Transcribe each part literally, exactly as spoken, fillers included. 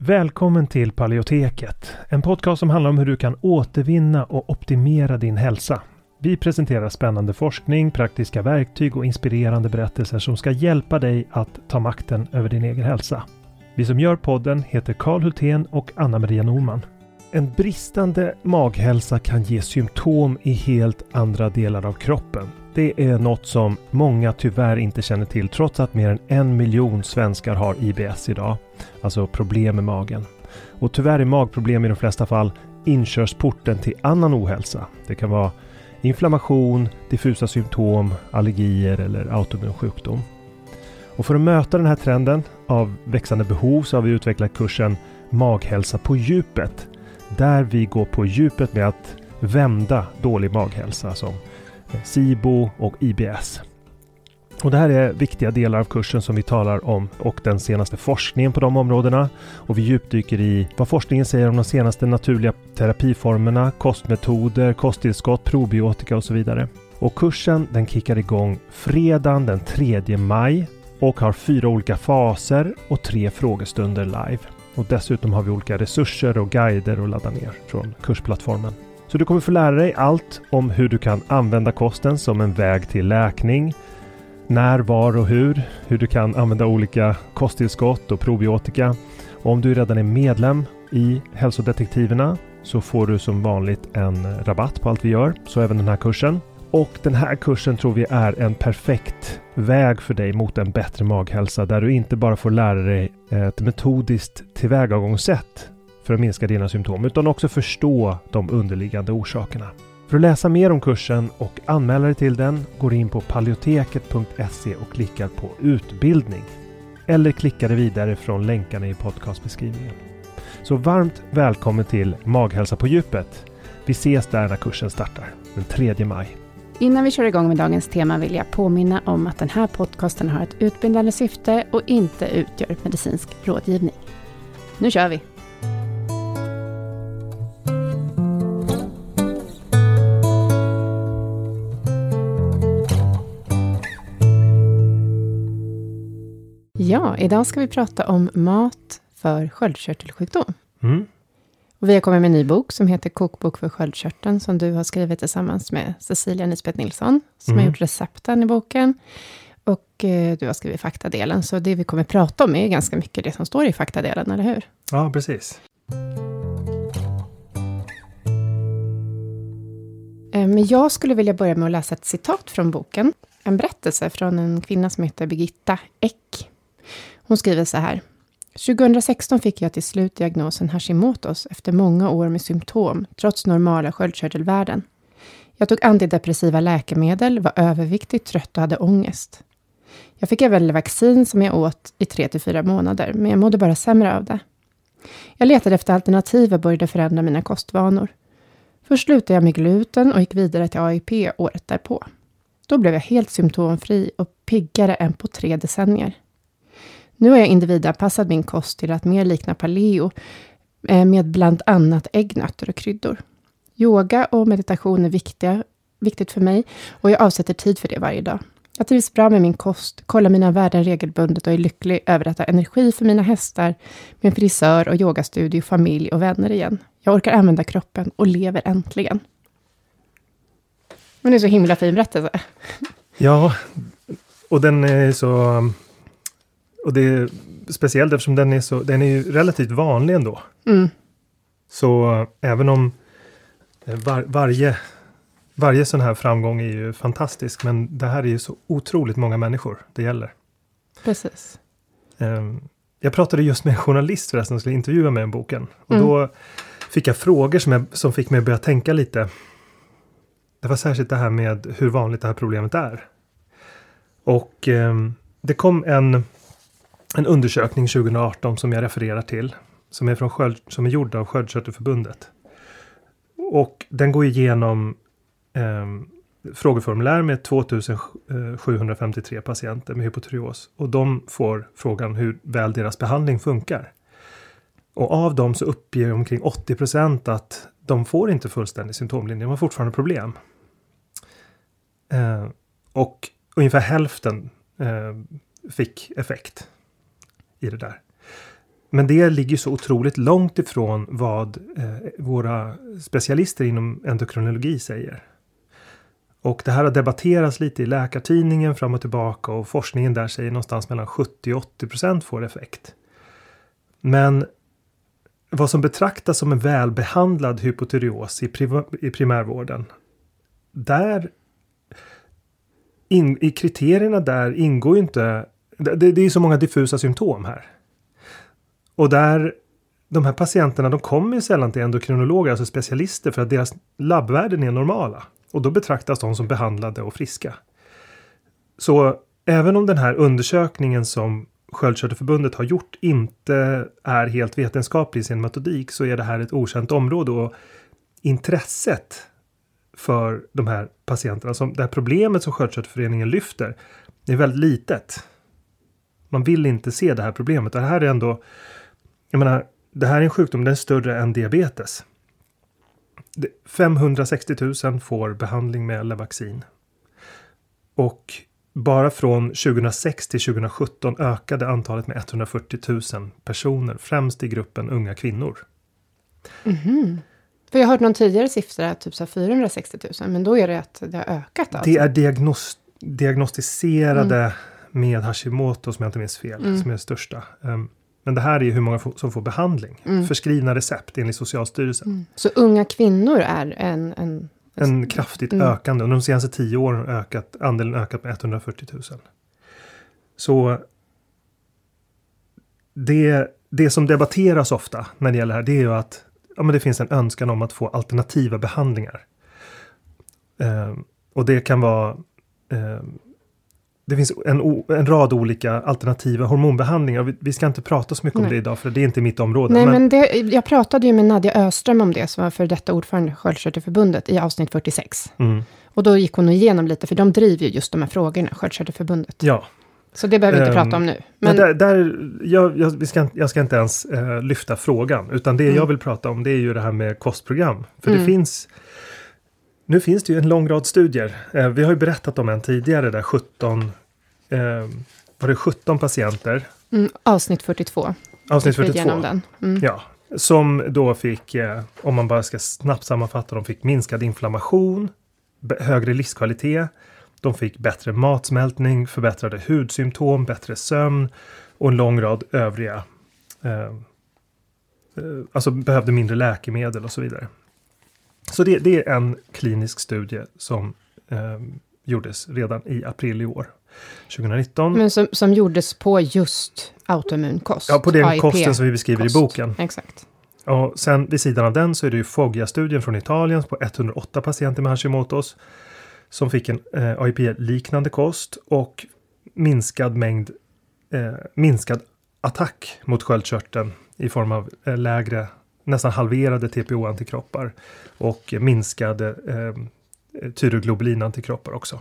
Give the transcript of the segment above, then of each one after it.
Välkommen till Paleoteket, en podcast som handlar om hur du kan återvinna och optimera din hälsa. Vi presenterar spännande forskning, praktiska verktyg och inspirerande berättelser som ska hjälpa dig att ta makten över din egen hälsa. Vi som gör podden heter Carl Hultén och Anna-Maria Norman. En bristande maghälsa kan ge symptom i helt andra delar av kroppen. Det är något som många tyvärr inte känner till trots att mer än en miljon svenskar har I B S idag. Alltså problem med magen. Och tyvärr är magproblem i de flesta fall inkörsporten till annan ohälsa. Det kan vara inflammation, diffusa symptom, allergier eller autoimmun sjukdom. Och för att möta den här trenden av växande behov så har vi utvecklat kursen Maghälsa på djupet. Där vi går på djupet med att vända dålig maghälsa som SIBO och I B S. Och det här är viktiga delar av kursen som vi talar om och den senaste forskningen på de områdena. Och vi djupdyker i vad forskningen säger om de senaste naturliga terapiformerna, kostmetoder, kosttillskott, probiotika och så vidare. Och kursen den kickar igång fredagen den tredje maj och har fyra olika faser och tre frågestunder live. Och dessutom har vi olika resurser och guider att ladda ner från kursplattformen. Så du kommer få lära dig allt om hur du kan använda kosten som en väg till läkning. När, var och hur. Hur du kan använda olika kosttillskott och probiotika. Och om du redan är medlem i Hälsodetektiverna så får du som vanligt en rabatt på allt vi gör. Så även den här kursen. Och den här kursen tror vi är en perfekt väg för dig mot en bättre maghälsa. Där du inte bara får lära dig ett metodiskt tillvägagångssätt för att minska dina symptom utan också förstå de underliggande orsakerna. För att läsa mer om kursen och anmäla dig till den går in på paleoteket punkt se och klickar på utbildning. Eller klickar dig vidare från länkarna i podcastbeskrivningen. Så varmt välkommen till Maghälsa på djupet. Vi ses där när kursen startar, den tredje maj. Innan vi kör igång med dagens tema vill jag påminna om att den här podcasten har ett utbildande syfte och inte utgör medicinsk rådgivning. Nu kör vi! Ja, idag ska vi prata om mat för sköldkörtelsjukdom. Mm. Och vi har kommit med en ny bok som heter Kokbok för sköldkörteln som du har skrivit tillsammans med Cecilia Nisbet Nilsson som mm. har gjort recepten i boken. Och eh, du har skrivit faktadelen. Så det vi kommer prata om är ganska mycket det som står i faktadelen, eller hur? Ja, precis. Men jag skulle vilja börja med att läsa ett citat från boken. En berättelse från en kvinna som heter Birgitta Eck. Hon skriver så här. tjugohundrasexton fick jag till slut diagnosen Hashimotos efter många år med symptom trots normala sköldkörtelvärden. Jag tog antidepressiva läkemedel, var överviktig, trött och hade ångest. Jag fick även vaccin som jag åt i tre till fyra månader, men jag mådde bara sämre av det. Jag letade efter alternativ och började förändra mina kostvanor. Först slutade jag med gluten och gick vidare till A I P året därpå. Då blev jag helt symptomfri och piggare än på tre decennier. Nu har jag individanpassat min kost till att mer likna paleo med bland annat äggnötter och kryddor. Yoga och meditation är viktiga, viktigt för mig och jag avsätter tid för det varje dag. Jag trivs bra med min kost, kollar mina värden regelbundet och är lycklig över att ha energi för mina hästar, min frisör och yogastudio, familj och vänner igen. Jag orkar använda kroppen och lever äntligen. Men det är så himla fin berättelse. Ja, och den är så... Och det är speciellt eftersom den är så, den är ju relativt vanlig ändå. Mm. Så även om var, varje, varje sån här framgång är ju fantastisk. Men det här är ju så otroligt många människor det gäller. Precis. Um, jag pratade just med en journalist förresten som skulle intervjua mig om boken. Och mm. då fick jag frågor som, jag, som fick mig att börja tänka lite. Det var särskilt det här med hur vanligt det här problemet är. Och um, det kom en... En undersökning tjugoarton som jag refererar till. Som är, från sköld, som är gjord av Sköldkörtelförbundet. Och den går igenom eh, frågeformulär med tvåtusen sjuhundrafemtiotre patienter med hypotyreos. Och de får frågan hur väl deras behandling funkar. Och av dem så uppger omkring åttio procent att de får inte fullständig symptomlinje. De har fortfarande problem. Eh, och ungefär hälften eh, fick effekt i det där. men det ligger så otroligt långt ifrån vad eh, våra specialister inom endokrinologi säger. Och det här har debatterats lite i Läkartidningen fram och tillbaka, och forskningen där säger någonstans mellan sjuttio och åttio procent får effekt. Men vad som betraktas som en välbehandlad hypotyreos i, priv- i primärvården, där in, i kriterierna där ingår ju inte, det, det är så många diffusa symptom här. Och där de här patienterna, de kommer ju sällan till endokrinologer, alltså specialister, för att deras labbvärden är normala. Och då betraktas de som behandlade och friska. Så även om den här undersökningen som Sköldkörtelförbundet har gjort inte är helt vetenskaplig i sin metodik, så är det här ett okänt område, och intresset för de här patienterna, som det här problemet som Sköldkörtelföreningen lyfter, är väldigt litet. Man vill inte se det här problemet. Det här är ändå, jag menar, det här är en sjukdom, den är större än diabetes. femhundrasextio tusen får behandling med Levaxin. Och bara från tjugohundrasex till tjugohundrasjutton ökade antalet med etthundrafyrtio tusen personer, främst i gruppen unga kvinnor. Mm-hmm. För jag har hört någon tidigare siffra, typ så fyrahundrasextio tusen, men då är det att det har ökat alltså. Det är diagnos- diagnostiserade mm. med Hashimoto, som jag inte minns fel, mm. som är det största. Um, men det här är ju hur många som får behandling. Mm. Förskrivna recept enligt Socialstyrelsen. Mm. Så unga kvinnor är en... En, en kraftigt mm. ökande. Under de senaste tio åren har ökat, andelen ökat med etthundrafyrtio tusen. Så det, det som debatteras ofta när det gäller det här, det är ju att ja, men det finns en önskan om att få alternativa behandlingar. Eh, och det kan vara... Eh, Det finns en, en rad olika alternativa hormonbehandlingar. Vi, vi ska inte prata så mycket Nej. om det idag, för det är inte mitt område. Nej, men, men det, jag pratade ju med Nadja Öström om det, som var för detta ordförande i Sköldkörtelförbundet, i avsnitt fyrtiosex. Mm. Och då gick hon igenom lite, för de driver ju just de här frågorna, Sköldkörtelförbundet. Ja. Så det behöver vi inte um, prata om nu. Men där, där, jag, jag, vi ska, jag ska inte ens uh, lyfta frågan, utan det mm. jag vill prata om, det är ju det här med kostprogram. För mm. det finns... Nu finns det ju en lång rad studier. Eh, vi har ju berättat om en tidigare där sjutton, eh, var det sjutton patienter. Mm, avsnitt fyrtiotvå. Avsnitt fyrtiotvå. Den. Mm. Ja, som då fick, eh, om man bara ska snabbt sammanfatta, de fick minskad inflammation, be- högre livskvalitet. De fick bättre matsmältning, förbättrade hudsymptom, bättre sömn och en lång rad övriga. Eh, eh, alltså behövde mindre läkemedel och så vidare. Så det, det är en klinisk studie som eh, gjordes redan i april i år, tjugonitton. Men som, som gjordes på just autoimmunkost. Ja, på den A I P kosten som vi beskriver kost. I boken. Exakt. Och sen vid sidan av den så är det ju Foggia-studien från Italien på etthundraåtta patienter med Hashimotos som fick en eh, A I P-liknande kost och minskad mängd, eh, minskad attack mot sköldkörteln i form av eh, lägre, nästan halverade T P O-antikroppar och minskade eh, tyroglobulinantikroppar också.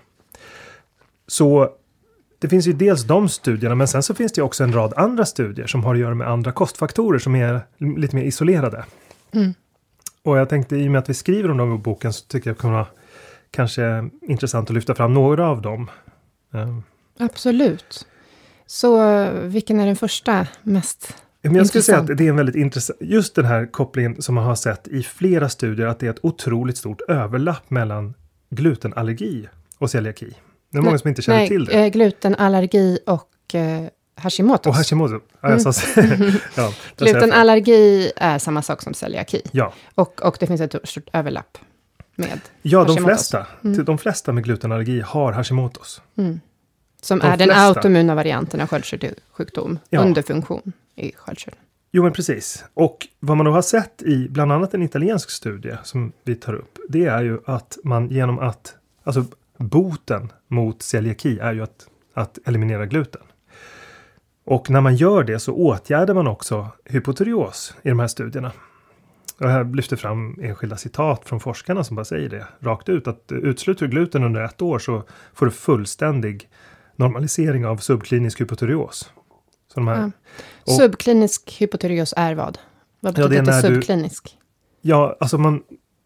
Så det finns ju dels de studierna, men sen så finns det ju också en rad andra studier som har att göra med andra kostfaktorer som är lite mer isolerade. Mm. Och jag tänkte, i och med att vi skriver om dem i boken, så tycker jag det kan vara kanske intressant att lyfta fram några av dem. Um. Absolut. Så vilken är den första mest Men jag skulle säga att det är en väldigt intressant, just den här kopplingen som man har sett i flera studier, att det är ett otroligt stort överlapp mellan glutenallergi och celiaki. Det är många nej, som inte känner nej, till det. Eh, glutenallergi och eh, Hashimotos. Och Hashimoto. Ja, mm. jag ja, glutenallergi är samma sak som celiaki. Ja. Och, och det finns ett stort överlapp med Ja, de Hashimotos. flesta, mm. de flesta med glutenallergi har Hashimotos. Mm. Som de är flesta. Den autoimmuna varianten av sköldkörtelsjukdom. Ja. Underfunktion i sköldkörteln. Jo, men precis. Och vad man då har sett i bland annat en italiensk studie som vi tar upp, det är ju att man genom att, alltså boten mot celiaki är ju att, att eliminera gluten. Och när man gör det så åtgärdar man också hypotyreos i de här studierna. Och jag lyfter fram enskilda citat från forskarna som bara säger det rakt ut, att utesluter gluten under ett år så får du fullständig normalisering av subklinisk hypotyreos. Så de här, ja. och, subklinisk hypotyreos är vad? Vad betyder ja, det är subklinisk? Du, ja, alltså man...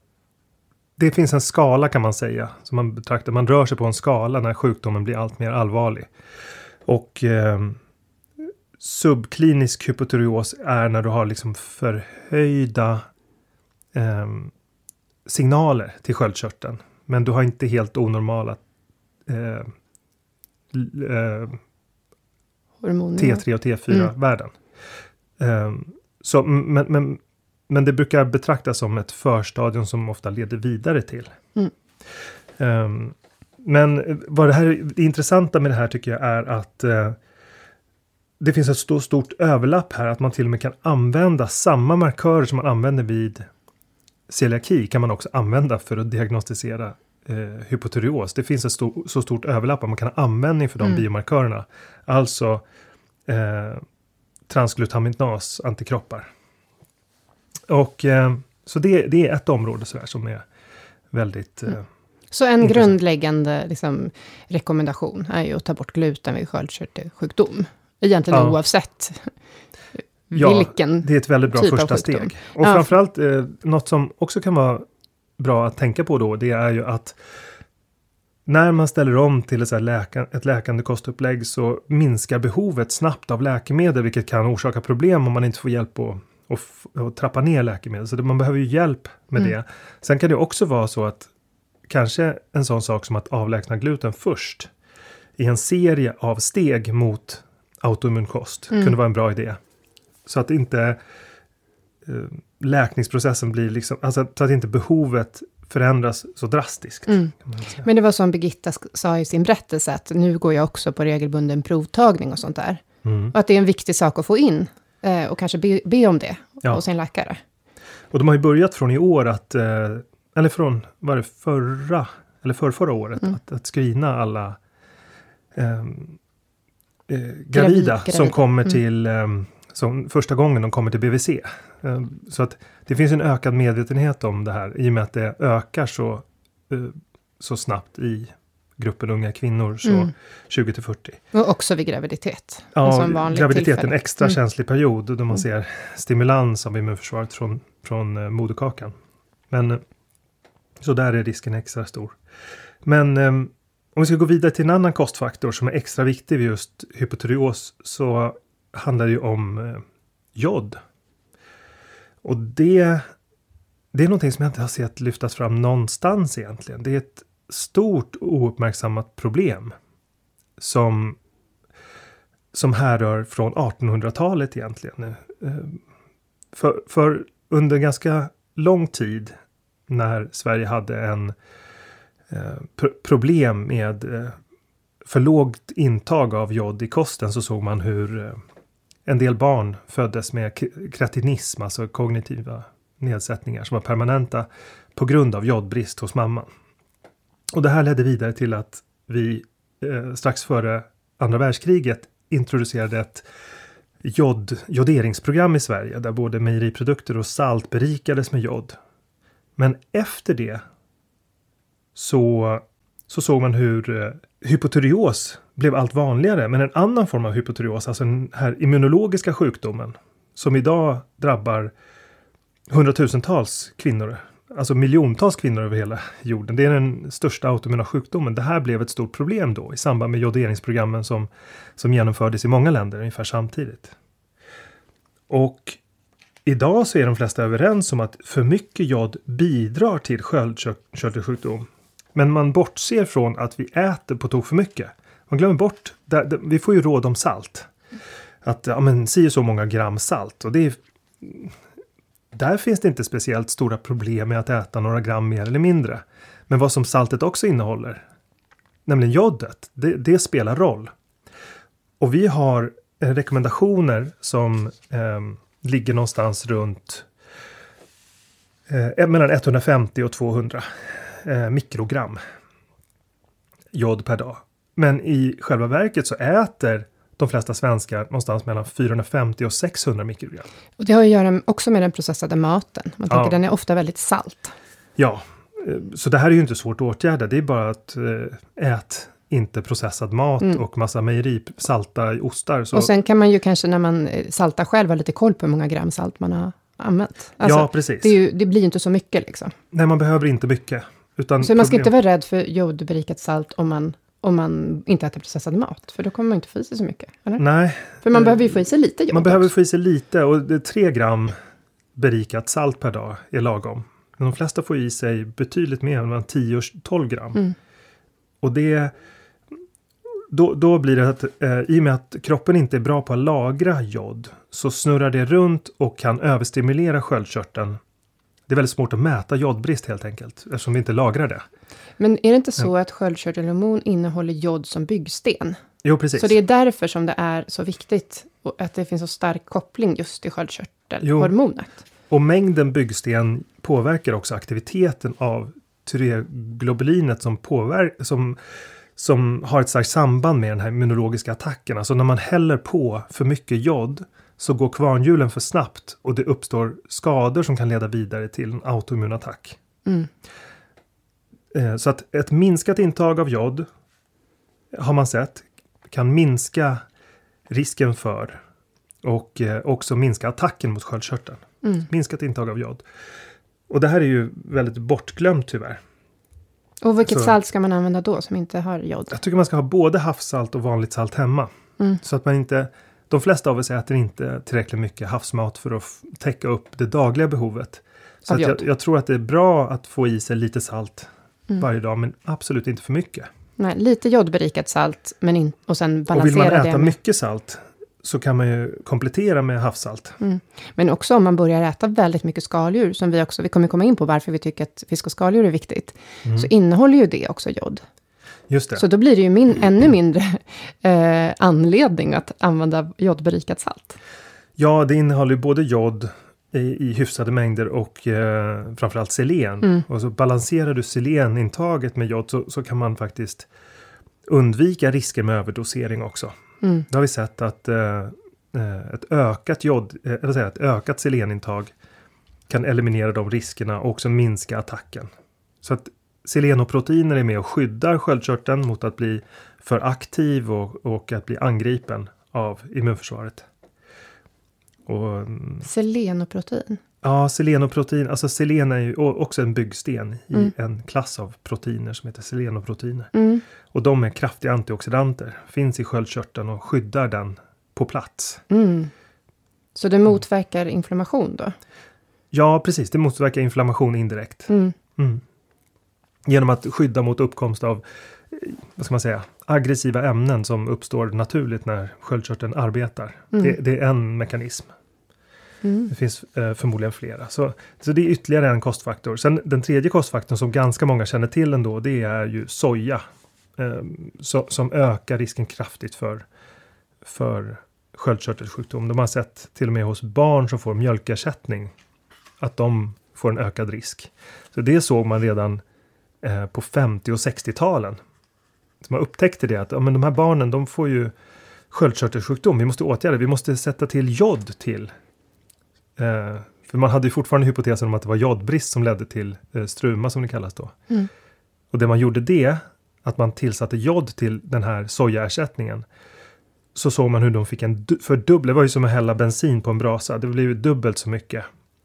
Det finns en skala kan man säga. Som man betraktar, man rör sig på en skala när sjukdomen blir allt mer allvarlig. Och eh, subklinisk hypotyreos är när du har liksom förhöjda eh, signaler till sköldkörteln. Men du har inte helt onormala eh, eh, T tre och T fyra-värden. Mm. Um, så, men, men, men det brukar betraktas som ett förstadium som ofta leder vidare till. Mm. Um, men vad det, här, det intressanta med det här tycker jag är att uh, det finns ett stort, stort överlapp här. Att man till och med kan använda samma markörer som man använder vid celiaki kan man också använda för att diagnostisera eh, hypotyreos. Det finns ett stor, så stort överlapp att man kan ha användning för de mm. biomarkörerna. Alltså eh, transglutaminas antikroppar. Och eh, så det, det är ett område så här som är väldigt eh, mm. Så en intressant. Grundläggande liksom, rekommendation är ju att ta bort gluten vid sköldkörtelsjukdom. Egentligen ja. Oavsett vilken ja, det är ett väldigt bra första steg. Och ja. framförallt eh, något som också kan vara bra att tänka på då, det är ju att när man ställer om till ett, så här läka, ett läkande kostupplägg så minskar behovet snabbt av läkemedel, vilket kan orsaka problem om man inte får hjälp att och, och trappa ner läkemedel. Så det, man behöver ju hjälp med mm. det. Sen kan det också vara så att kanske en sån sak som att avlägsna gluten först i en serie av steg mot autoimmunkost mm. kunde vara en bra idé. Så att inte eh, läkningsprocessen blir liksom, alltså så att inte behovet förändras så drastiskt. Mm. Men det var som Birgitta sa i sin berättelse att nu går jag också på regelbunden provtagning och sånt där. Mm. Och att det är en viktig sak att få in eh, och kanske be, be om det ja. hos sin läkare. Och de har ju börjat från i år att, eh, eller från, var det förra, eller för förra året, mm. att, att screena alla eh, Eh, gravida, gravida som kommer mm. till eh, som första gången de kommer till B V C. Eh, så att det finns en ökad medvetenhet om det här i och med att det ökar så, eh, så snabbt i gruppen unga kvinnor så mm. tjugo till fyrtio. Och också vid graviditet. Ja, graviditet är en extra mm. känslig period då man mm. ser stimulans av immunförsvaret från, från eh, moderkakan. Men så där är risken extra stor. Men eh, om vi ska gå vidare till en annan kostfaktor som är extra viktig vid just hypotyreos så handlar det ju om eh, jod. Och det, det är någonting som jag inte har sett lyftas fram någonstans egentligen. Det är ett stort ouppmärksammat problem som, som härrör från artonhundratalet egentligen. Eh, för, för under ganska lång tid när Sverige hade en Eh, problem med eh, för lågt intag av jod i kosten så såg man hur eh, en del barn föddes med k- kretinism, alltså kognitiva nedsättningar som var permanenta på grund av jodbrist hos mamman. Och det här ledde vidare till att vi eh, strax före andra världskriget introducerade ett jod, joderingsprogram i Sverige där både mejeriprodukter och salt berikades med jod. Men efter det Så, så såg man hur eh, hypotyreos blev allt vanligare. Men en annan form av hypotyreos, alltså den här immunologiska sjukdomen som idag drabbar hundratusentals kvinnor. Alltså miljontals kvinnor över hela jorden. Det är den största autoimmuna sjukdomen. Det här blev ett stort problem då i samband med joderingsprogrammen som, som genomfördes i många länder ungefär samtidigt. Och idag så är de flesta överens om att för mycket jod bidrar till sköldkörtelsjukdom. Men man bortser från att vi äter på tok för mycket. Man glömmer bort, där, där, vi får ju råd om salt. Att ja, men si så många gram salt. Och det är, där finns det inte speciellt stora problem med att äta några gram mer eller mindre. Men vad som saltet också innehåller, nämligen jodet, det, det spelar roll. Och vi har eh, rekommendationer som eh, ligger någonstans runt eh, mellan etthundrafemtio och tvåhundra eh, mikrogram jod per dag. Men i själva verket så äter de flesta svenskar någonstans mellan fyrahundrafemtio och sexhundra mikrogram. Och det har att göra också med den processade maten. Man tänker ja. Den är ofta väldigt salt. Ja, så det här är ju inte svårt att åtgärda. Det är bara att ät inte processad mat mm. och massa mejeri, salta i ostar. Så. Och sen kan man ju kanske när man saltar själv ha lite koll på hur många gram salt man har använt. Alltså, ja, precis. Det, är ju, det blir ju inte så mycket liksom. Nej, man behöver inte mycket. Utan så man ska inte vara rädd för jodberikat salt om man om man inte äter processad mat. För då kommer man inte få i sig så mycket. Eller? Nej. För man behöver ju få i sig lite jod. Man behöver också. få i sig lite och det är tre gram berikat salt per dag är lagom. Men de flesta får i sig betydligt mer än tio till tolv gram. Mm. Och det... Då, då blir det att eh, i och med att kroppen inte är bra på att lagra jod så snurrar det runt och kan överstimulera sköldkörteln. Det är väldigt svårt att mäta jodbrist helt enkelt eftersom vi inte lagrar det. Men är det inte så att sköldkörtelhormon innehåller jod som byggsten? Jo, precis. Så det är därför som det är så viktigt att det finns så stark koppling just till sköldkörtelhormonet. Och mängden byggsten påverkar också aktiviteten av tyreoglobulinet som påverkar som som har ett starkt samband med den här immunologiska attacken. Alltså när man häller på för mycket jod så går kvarnhjulen för snabbt och det uppstår skador som kan leda vidare till en autoimmun attack. Mm. Så att ett minskat intag av jod har man sett kan minska risken för och också minska attacken mot sköldkörteln. Mm. Minskat intag av jod. Och det här är ju väldigt bortglömt tyvärr. Och vilket så, salt ska man använda då som inte har jod? Jag tycker man ska ha både havssalt och vanligt salt hemma. Mm. Så att man inte, de flesta av oss äter inte tillräckligt mycket havsmat för att f- täcka upp det dagliga behovet. Så att jag, jag tror att det är bra att få i sig lite salt mm. varje dag, men absolut inte för mycket. Nej, lite jodberikat salt men in, och sen balansera det. Och vill man äta med... mycket salt så kan man ju komplettera med havssalt. Mm. Men också om man börjar äta väldigt mycket skaldjur, som vi också, vi kommer komma in på varför vi tycker att fisk och skaldjur är viktigt, mm. så innehåller ju det också jod. Just det. Så då blir det ju min, ännu mindre eh, anledning att använda jodberikat salt. Ja, det innehåller ju både jod i, i hyfsade mängder och eh, framförallt selen. Mm. Och så balanserar du selenintaget med jod så, så kan man faktiskt undvika risker med överdosering också. Mm. Då har vi sett att eh, ett ökat jod, eh, eller säga, ett ökat selenintag kan eliminera de riskerna och också minska attacken. Så att selenoproteiner är med och skyddar sköldkörteln mot att bli för aktiv och, och att bli angripen av immunförsvaret. Och, selenoprotein? Ja, selenoprotein. Alltså selen är ju också en byggsten i mm. en klass av proteiner som heter selenoproteiner. Mm. Och de är kraftiga antioxidanter. Finns i sköldkörteln och skyddar den på plats. Mm. Så det motverkar mm. inflammation då? Ja, precis. Det motverkar inflammation indirekt. Mm. Mm. Genom att skydda mot uppkomst av, vad ska man säga, aggressiva ämnen som uppstår naturligt när sköldkörteln arbetar. Mm. Det, det är en mekanism. Mm. Det finns eh, förmodligen flera. Så, så det är ytterligare en kostfaktor. Sen den tredje kostfaktorn som ganska många känner till ändå, det är ju soja. Eh, so, som ökar risken kraftigt för, för sköldkörtelsjukdom. De har sett till och med hos barn som får mjölkersättning att de får en ökad risk. Så det såg man redan eh, på femtio- och sextio-talen. Så man upptäckte det att ja, men de här barnen, de får ju sköldkörtelsjukdom. Vi måste åtgärda, vi måste sätta till jod till. Eh, för man hade ju fortfarande hypotesen om att det var jodbrist som ledde till eh, struma som det kallas då. Mm. Och det man gjorde det, att man tillsatte jod till den här sojaersättningen. Så såg man hur de fick en du- fördubbla, det var ju som att hälla bensin på en brasa. Det blev ju dubbelt så mycket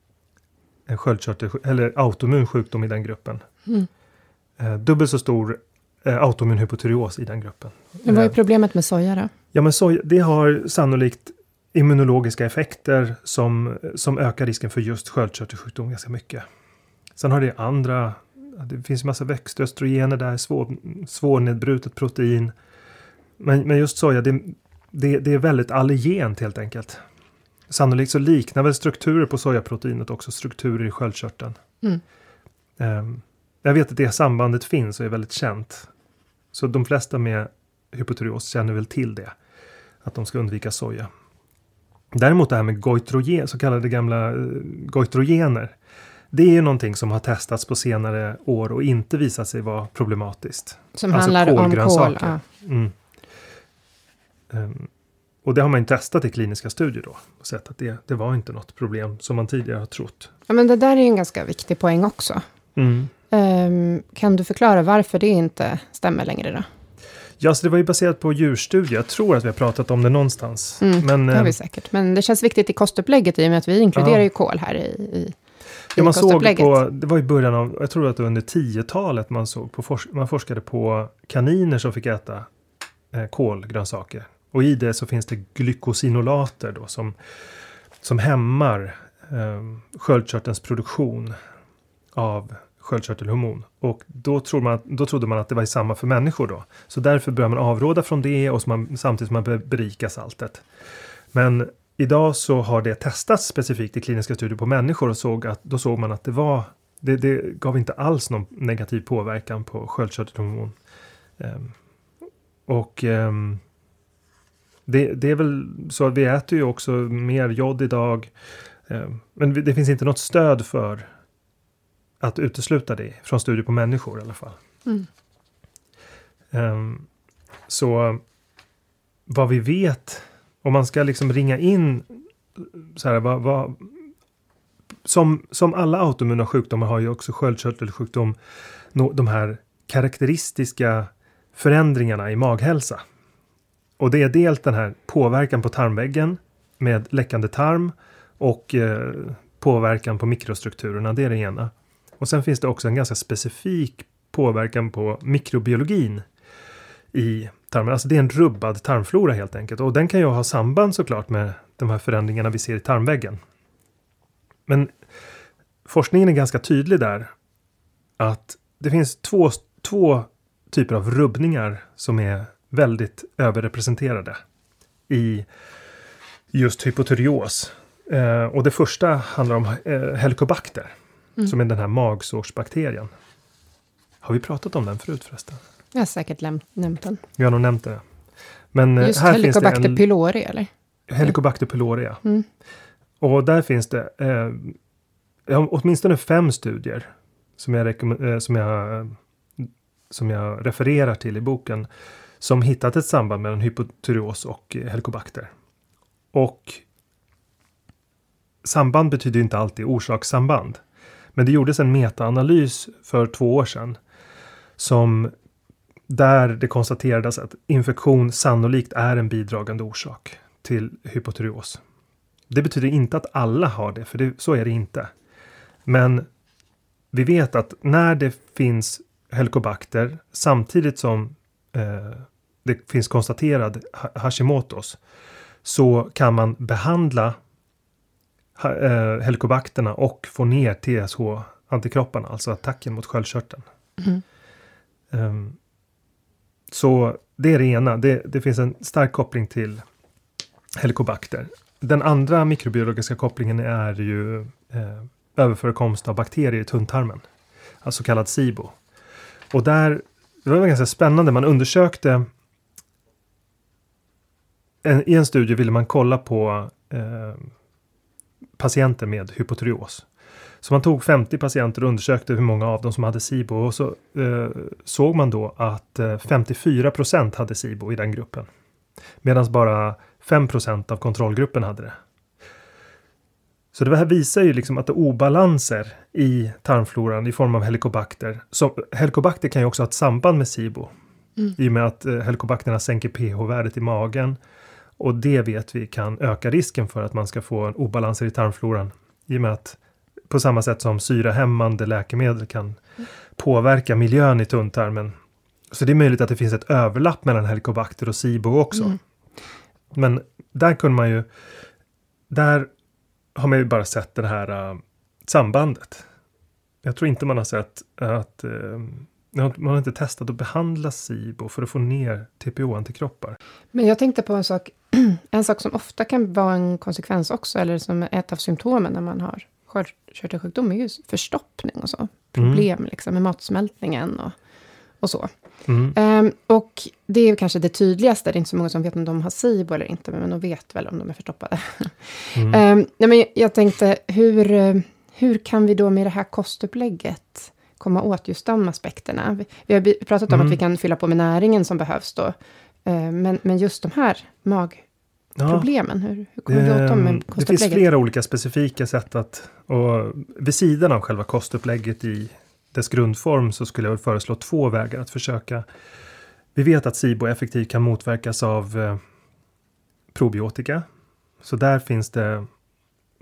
en sköldkörtel eller autoimmun sjukdom i den gruppen. Mm. Eh, dubbelt så stor eh, autoimmun hypotyreos i den gruppen. Men vad är problemet med soja då? Ja, men soja, det har sannolikt immunologiska effekter som, som ökar risken för just sköldkörtelsjukdom ganska mycket. Sen har det andra, det finns en massa växtöstrogener där, svår, svårnedbrutet protein. Men, men just soja, det, det, det är väldigt allergent helt enkelt. Sannolikt så liknar väl strukturer på sojaproteinet också strukturer i sköldkörteln. Mm. Um, jag vet att det sambandet finns och är väldigt känt. Så de flesta med hypotyreos känner väl till det. Att de ska undvika soja. Däremot det här med goitrogen, så kallade gamla uh, goitrogener. Det är ju någonting som har testats på senare år och inte visat sig vara problematiskt. Som alltså handlar om kol. Ja. Mm. Um, och det har man ju testat i kliniska studier då. Och sett att det, det var inte något problem som man tidigare har trott. Ja, men det där är en ganska viktig poäng också. Mm. Um, kan du förklara varför det inte stämmer längre då? Ja, så det var ju baserat på djurstudier. Jag tror att vi har pratat om det någonstans. Mm, men, det har vi säkert. Men det känns viktigt i kostupplägget i och med att vi inkluderar ja. ju kol här i, i Ja, man såg på, det var i början av, jag tror att det var under tiotalet man såg på, forsk, man forskade på kaniner som fick äta eh, kolgrönsaker. Och i det så finns det glykosinolater då som, som hämmar eh, sköldkörtelns produktion av sköldkörtelhormon. Och då, tror man, då trodde man att det var samma för människor då. Så därför börjar man avråda från det och så man, samtidigt som man berikar saltet. Men idag så har det testats specifikt i kliniska studier på människor och såg att, då såg man att det var det, det gav inte alls någon negativ påverkan på sköldkörtelhormon. Um, och um, det, det är väl så att vi äter ju också mer jod idag. Um, men det finns inte något stöd för att utesluta det från studier på människor i alla fall. Mm. Um, så vad vi vet, om man ska liksom ringa in så här, vad, vad, som, som alla autoimmuna sjukdomar har ju också sköldkörtelsjukdom no, de här karaktäristiska förändringarna i maghälsa. Och det är dels den här påverkan på tarmväggen med läckande tarm och eh, påverkan på mikrostrukturerna, det är det ena. Och sen finns det också en ganska specifik påverkan på mikrobiologin i tarmen. Alltså det är en rubbad tarmflora helt enkelt. Och den kan ju ha samband såklart med de här förändringarna vi ser i tarmväggen. Men forskningen är ganska tydlig där. Att det finns två, två typer av rubbningar som är väldigt överrepresenterade i just hypotyreos. Eh, och det första handlar om eh, helicobacter. Mm. Som är den här magsårsbakterien. Har vi pratat om den förut förresten? Jag har säkert läm- nämnt den. Vi har nog nämnt det. Men just här Helicobacter finns det en, pylori, eller? Helicobacter pylori, mm. Och där finns det eh, åtminstone fem studier som jag, rekomm- eh, som, jag, som jag refererar till i boken som hittat ett samband mellan hypotyreos och eh, helicobacter. Och samband betyder inte alltid orsakssamband. Men det gjordes en metaanalys för två år sedan som där det konstaterades att infektion sannolikt är en bidragande orsak till hypotyreos. Det betyder inte att alla har det, för det, så är det inte. Men vi vet att när det finns helicobacter samtidigt som eh, det finns konstaterad Hashimotos så kan man behandla eh, helicobacterna och få ner T S H-antikropparna, alltså attacken mot sköldkörteln. Mm. Um, så det är det ena. Det, det finns en stark koppling till helicobacter. Den andra mikrobiologiska kopplingen är ju eh, överförekomst av bakterier i tunntarmen. Alltså kallad SIBO. Och där, det var ganska spännande. Man undersökte en, i en studie ville man kolla på eh, patienter med hypotyreos. Så man tog femtio patienter och undersökte hur många av dem som hade SIBO. Och så eh, såg man då att eh, femtiofyra procent hade SIBO i den gruppen. Medan bara fem procent av kontrollgruppen hade det. Så det här visar ju liksom att det är obalanser i tarmfloran i form av helicobacter. Så helicobacter kan ju också ha ett samband med SIBO. Mm. I och med att eh, helicobacterna sänker pH-värdet i magen. Och det vet vi kan öka risken för att man ska få en obalanser i tarmfloran. I och med att på samma sätt som syrahämmande läkemedel kan mm. påverka miljön i tunntarmen. Så det är möjligt att det finns ett överlapp mellan helicobacter och SIBO också. Mm. Men där kunde man ju, där har man ju bara sett det här uh, sambandet. Jag tror inte man har sett att, uh, man har inte testat att behandla SIBO för att få ner T P O-antikroppar. Men jag tänkte på en sak, en sak som ofta kan vara en konsekvens också, eller som ett av symptomen när man har sköldkörtelsjukdom är ju förstoppning och så. Problem mm. liksom med matsmältningen och, och så. Mm. Um, och det är ju kanske det tydligaste. Det är inte så många som vet om de har SIBO eller inte. Men de vet väl om de är förstoppade. Mm. um, nej, men jag tänkte, hur, hur kan vi då med det här kostupplägget komma åt just de aspekterna? Vi, vi har pratat om mm. att vi kan fylla på med näringen som behövs då. Uh, men, men just de här magproblemen, ja. hur, hur kommer vi åt dem med kostupplägget? Det finns flera olika specifika sätt att, och vid sidan av själva kostupplägget i dess grundform så skulle jag föreslå två vägar att försöka. Vi vet att SIBO effektivt kan motverkas av eh, probiotika. Så där finns det,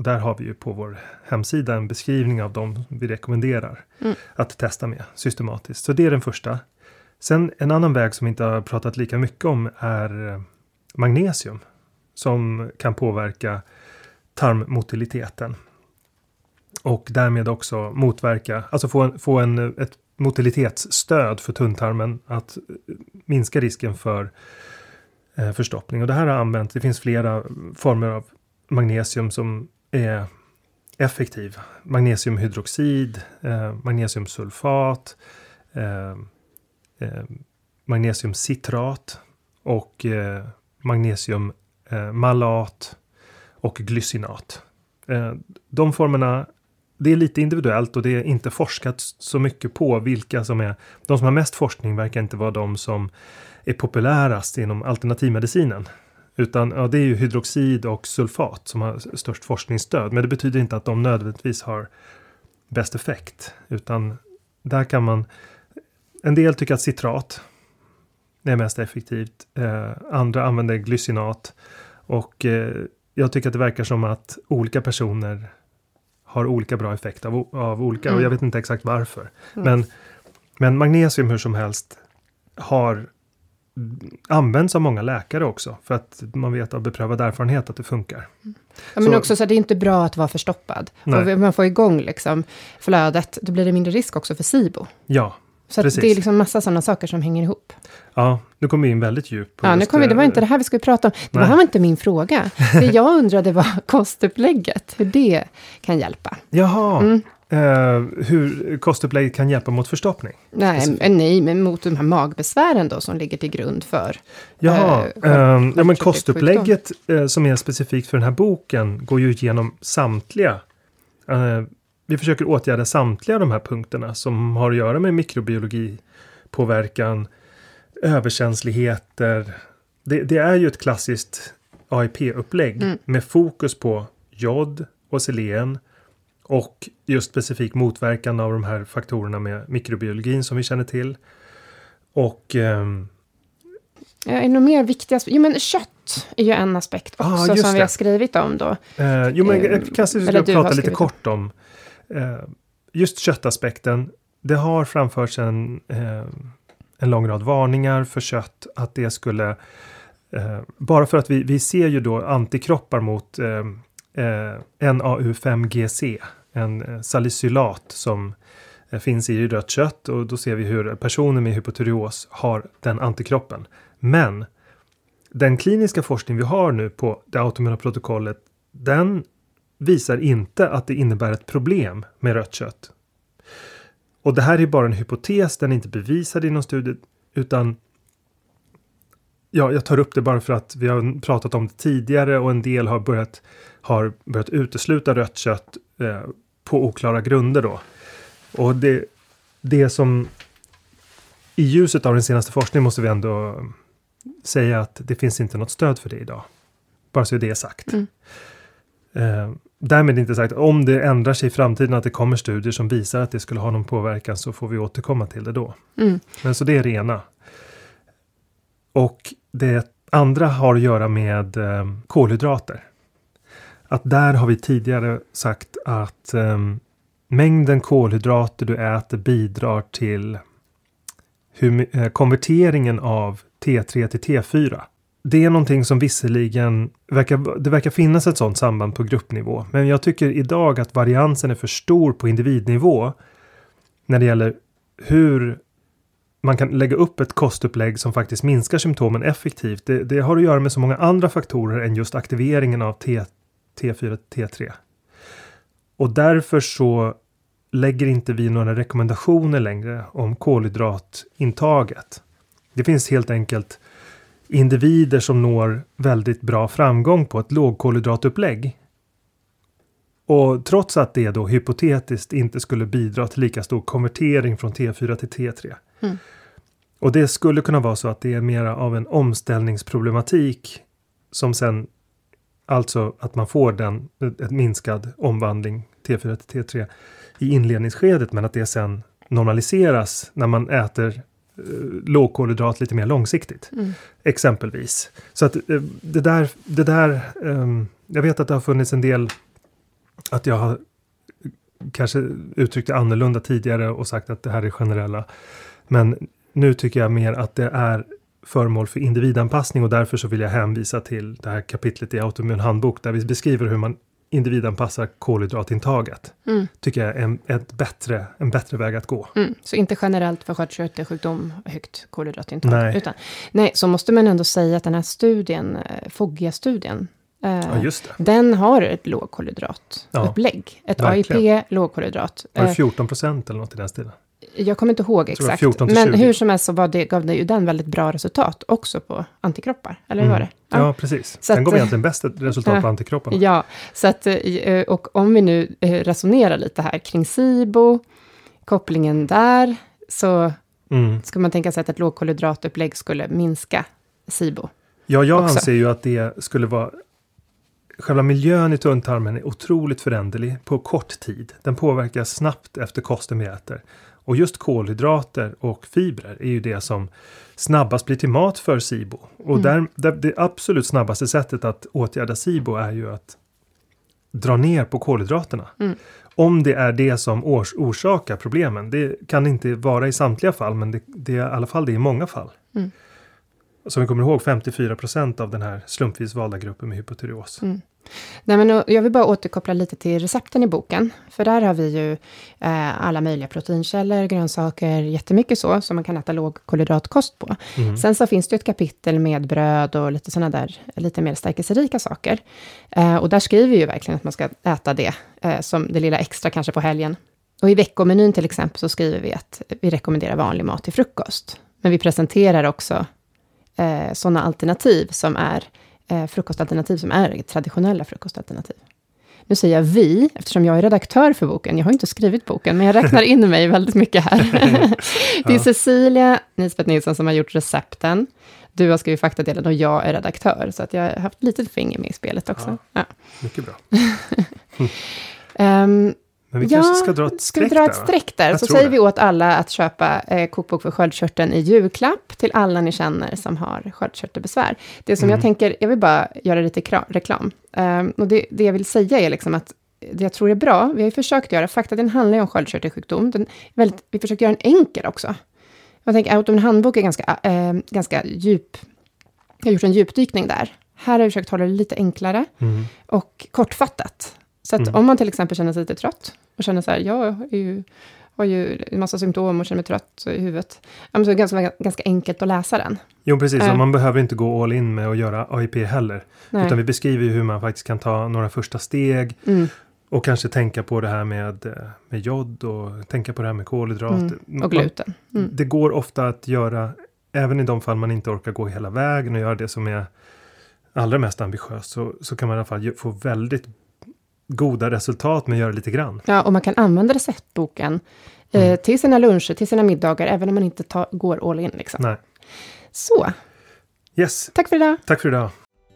Och där har vi ju på vår hemsida en beskrivning av dem vi rekommenderar mm. att testa med systematiskt. Så det är den första. Sen en annan väg som vi inte har pratat lika mycket om är magnesium. Som kan påverka tarmmotiliteten. Och därmed också motverka, alltså få, en, få en, ett motilitetsstöd för tunntarmen. Att minska risken för eh, förstoppning. Och det här har använts, det finns flera former av magnesium som är effektiv. Magnesiumhydroxid, eh, magnesiumsulfat, eh, eh, magnesiumcitrat och eh, magnesiummalat och glycinat. Eh, de formerna, det är lite individuellt och det är inte forskat så mycket på vilka som är, de som har mest forskning verkar inte vara de som är populärast inom alternativmedicinen. Utan ja, det är ju hydroxid och sulfat som har störst forskningsstöd. Men det betyder inte att de nödvändigtvis har bäst effekt. Utan där kan man, en del tycker att citrat är mest effektivt. Eh, andra använder glycinat. Och eh, jag tycker att det verkar som att olika personer har olika bra effekt av, av olika. Mm. Och jag vet inte exakt varför. Mm. Men, men magnesium hur som helst har används av många läkare också. För att man vet av beprövad erfarenhet att det funkar. Mm. Ja, men så, också så att det är inte bra att vara förstoppad. Nej. Och man får igång liksom flödet. Då blir det mindre risk också för SIBO. Ja, så att det är liksom massa sådana saker som hänger ihop. Ja, nu kommer vi in väldigt djupt på ja, nu kommer vi, det var inte det här vi skulle prata om. Det Nej. var inte min fråga. Det jag undrade var kostupplägget. Hur det kan hjälpa. Jaha. Mm. Uh, hur kostupplägget kan hjälpa mot förstoppning? Nej, nej, men mot de här magbesvären då som ligger till grund för Jaha, uh, uh, ja, men kostupplägget uh, som är specifikt för den här boken går ju igenom samtliga. Uh, vi försöker åtgärda samtliga de här punkterna som har att göra med mikrobiologi, påverkan, överkänsligheter. Det, det är ju ett klassiskt A I P-upplägg mm. med fokus på jod och selen. Och just specifikt motverkan av de här faktorerna med mikrobiologin som vi känner till. Och... Um, ja, är nog mer viktiga... Jo, men kött är ju en aspekt också ah, som det. vi har skrivit om då. Uh, jo, men jag kanske ska prata lite kort om. Uh, just köttaspekten. Det har framförts en, uh, en lång rad varningar för kött. Att det skulle... Uh, bara för att vi, vi ser ju då antikroppar mot... Uh, Eh, N A U fem G C, en eh, salicylat som eh, finns i rött kött, och då ser vi hur personer med hypotyreos har den antikroppen. Men den kliniska forskning vi har nu på det autoimmuna protokollet, den visar inte att det innebär ett problem med rött kött. Och det här är bara en hypotes, den är inte bevisad i någon studie, utan ja, jag tar upp det bara för att vi har pratat om det tidigare och en del har börjat, har börjat utesluta rött kött eh, på oklara grunder då. Och det, det som i ljuset av den senaste forskningen måste vi ändå säga att det finns inte något stöd för det idag. Bara så är det sagt. Mm. Eh, därmed inte sagt, om det ändrar sig i framtiden att det kommer studier som visar att det skulle ha någon påverkan, så får vi återkomma till det då. Mm. Men så det är rena. Och det andra har att göra med eh, kolhydrater. Att där har vi tidigare sagt att eh, mängden kolhydrater du äter bidrar till hur, eh, konverteringen av T tre till T fyra. Det är någonting som visserligen verkar, det verkar finnas ett sådant samband på gruppnivå. Men jag tycker idag att variansen är för stor på individnivå när det gäller hur man kan lägga upp ett kostupplägg som faktiskt minskar symptomen effektivt. Det, det har att göra med så många andra faktorer än just aktiveringen av T, T fyra till T tre. Och därför så lägger inte vi några rekommendationer längre om kolhydratintaget. Det finns helt enkelt individer som når väldigt bra framgång på ett lågkolhydratupplägg. Och trots att det då hypotetiskt inte skulle bidra till lika stor konvertering från T fyra till T tre. Mm. Och det skulle kunna vara så att det är mera av en omställningsproblematik som sen, alltså att man får den, ett minskad omvandling T fyra till T tre i inledningsskedet, men att det sen normaliseras när man äter eh, lågkolhydrat lite mer långsiktigt. Mm. Exempelvis. Så att eh, det där, det där eh, jag vet att det har funnits en del att jag har kanske uttryckt det annorlunda tidigare och sagt att det här är generella. Men nu tycker jag mer att det är föremål för individanpassning och därför så vill jag hänvisa till det här kapitlet i Autoimmun handbok där vi beskriver hur man individanpassar kolhydratintaget. Mm. Tycker jag är en, ett bättre, en bättre väg att gå. Mm. Så inte generellt för sköldkörtelsjukdom högt kolhydratintag. Nej. Utan, nej, så måste man ändå säga att den här studien, Foggia-studien, ja, just det. Den har ett lågkolhydratupplägg. Ja, ett A I P lågkolhydrat. Var det fjorton procent eller något i den stilen? Jag kommer inte ihåg exakt. Men hur som helst så var det, gav det ju den väldigt bra resultat också på antikroppar. Eller hur mm. var det? Ja, ja precis. Så den att, gav egentligen bäst resultat ja, på antikropparna. Ja, så att, och om vi nu resonerar lite här kring SIBO, kopplingen där, så mm. ska man tänka sig att ett lågkolhydratupplägg skulle minska SIBO. Ja, jag också. anser ju att det skulle vara... Själva miljön i tunntarmen är otroligt föränderlig på kort tid. Den påverkas snabbt efter kosten vi äter. Och just kolhydrater och fibrer är ju det som snabbast blir till mat för SIBO. Och mm. där, där, det absolut snabbaste sättet att åtgärda SIBO är ju att dra ner på kolhydraterna. Mm. Om det är det som ors- orsakar problemen. Det kan inte vara i samtliga fall, men det, det är i alla fall det i många fall. Mm. Som vi kommer ihåg, femtiofyra procent av den här slumpvis valda gruppen med hypotyreos. Mm. Nej, men jag vill bara återkoppla lite till recepten i boken. För där har vi ju eh, alla möjliga proteinkällor, grönsaker, jättemycket så, som man kan äta lågkolhydratkost på. Mm. Sen så finns det ett kapitel med bröd och lite sådana där, lite mer stärkelserika saker. Eh, och där skriver vi ju verkligen att man ska äta det eh, som det lilla extra kanske på helgen. Och i veckomenyn till exempel så skriver vi att vi rekommenderar vanlig mat till frukost. Men vi presenterar också eh, sådana alternativ som är Eh, frukostalternativ som är traditionella frukostalternativ. Nu säger jag vi, eftersom jag är redaktör för boken. Jag har inte skrivit boken, men jag räknar in mig väldigt mycket här. Det är Cecilia Nisbet Nilsson som har gjort recepten. Du har skrivit faktadelen och jag är redaktör. Så att jag har haft lite finger med i spelet också. Ja, ja. Mycket bra. um, Men vi kanske ska dra ett streck där. Dra ett streck där. Så säger det. Vi åt alla att köpa eh, kokbok för sköldkörteln i julklapp till alla ni känner som har sköldkörtelbesvär. Det som mm. jag tänker, jag vill bara göra lite kra- reklam. Um, och det, det jag vill säga är liksom att det jag tror är bra, vi har ju försökt göra, fakta den handlar ju om sköldkörtelsjukdom. Den väldigt, vi försöker göra den enkel också. Jag tänker att en handbok är ganska, äh, ganska djup. Jag har gjort en djupdykning där. Här har jag försökt hålla det lite enklare mm. och kortfattat. Så att mm. om man till exempel känner sig lite trött och känner så här, jag är ju, har ju en massa symptom och känner mig trött i huvudet. Ja, men så är det ganska, ganska enkelt att läsa den. Jo, precis. Äh. Och man behöver inte gå all in med att göra A I P heller. Nej. Utan vi beskriver ju hur man faktiskt kan ta några första steg. Mm. Och kanske tänka på det här med, med jod och tänka på det här med kolhydrater. Mm. Och gluten. Mm. Det går ofta att göra, även i de fall man inte orkar gå hela vägen och göra det som är allra mest ambitiöst. Så, så kan man i alla fall få väldigt goda resultat med att göra lite grann. Ja, och man kan använda receptboken mm. eh, till sina luncher, till sina middagar, även om man inte tar, går all in. Liksom. Nej. Så. Yes. Tack för idag. Tack för idag.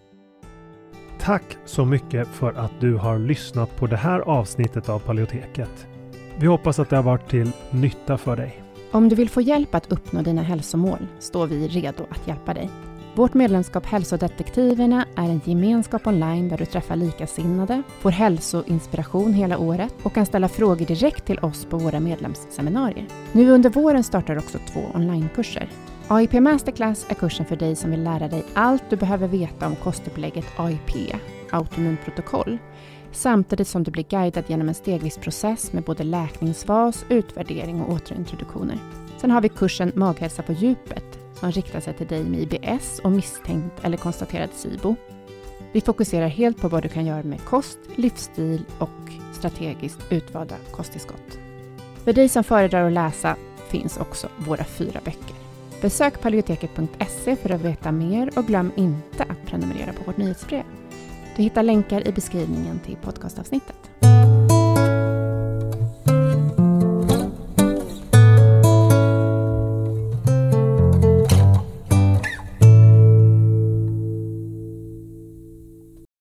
Tack så mycket för att du har lyssnat på det här avsnittet av Paleoteket. Vi hoppas att det har varit till nytta för dig. Om du vill få hjälp att uppnå dina hälsomål står vi redo att hjälpa dig. Vårt medlemskap Hälsodetektiverna är en gemenskap online där du träffar likasinnade, får hälsoinspiration hela året och kan ställa frågor direkt till oss på våra medlemsseminarier. Nu under våren startar också två onlinekurser. A I P Masterclass är kursen för dig som vill lära dig allt du behöver veta om kostupplägget A I P, autoimmunprotokoll, samtidigt som du blir guidad genom en stegvis process med både läkningsfas, utvärdering och återintroduktioner. Sen har vi kursen Maghälsa på djupet som riktar sig till dig med I B S och misstänkt eller konstaterad SIBO. Vi fokuserar helt på vad du kan göra med kost, livsstil och strategiskt utvalda kosttillskott. För dig som föredrar att läsa finns också våra fyra böcker. Besök paleoteket punkt se för att veta mer och glöm inte att prenumerera på vårt nyhetsbrev. Du hittar länkar i beskrivningen till podcastavsnittet.